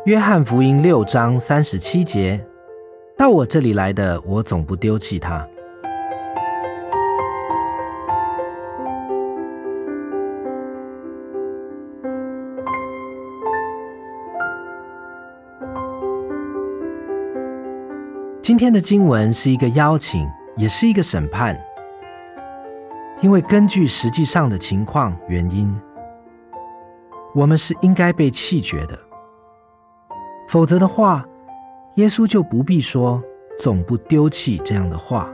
约翰福音6章37节，到我这里来的，我总不丢弃他。今天的经文是一个邀请，也是一个审判，因为根据实际上的情况原因，我们是应该被弃绝的。否则的话，耶稣就不必说总不丢弃这样的话。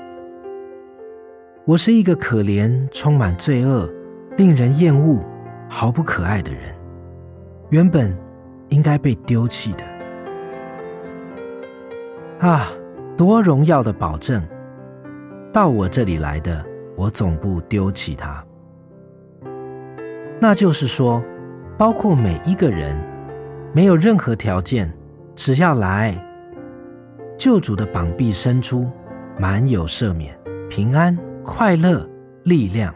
我是一个可怜、充满罪恶、令人厌恶、毫不可爱的人，原本应该被丢弃的。多荣耀的保证，到我这里来的，我总不丢弃他。那就是说，包括每一个人，没有任何条件，只要来，救主的膀臂伸出，满有赦免、平安、快乐、力量。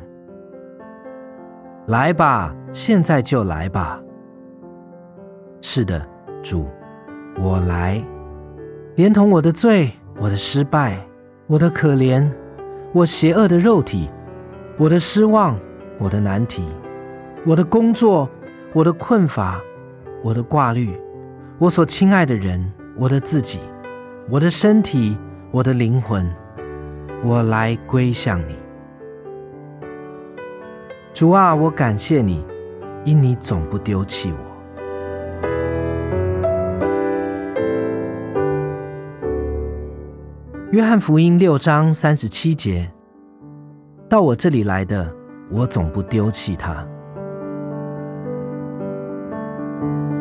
来吧，现在就来吧。是的，主，我来，连同我的罪、我的失败、我的可怜、我邪恶的肉体、我的失望、我的难题、我的工作、我的困乏、我的挂虑、我所亲爱的人、我的自己、我的身体、我的灵魂，我来归向你。主啊，我感谢你，因你总不丢弃我。约翰福音6章37节，到我这里来的，我总不丢弃他。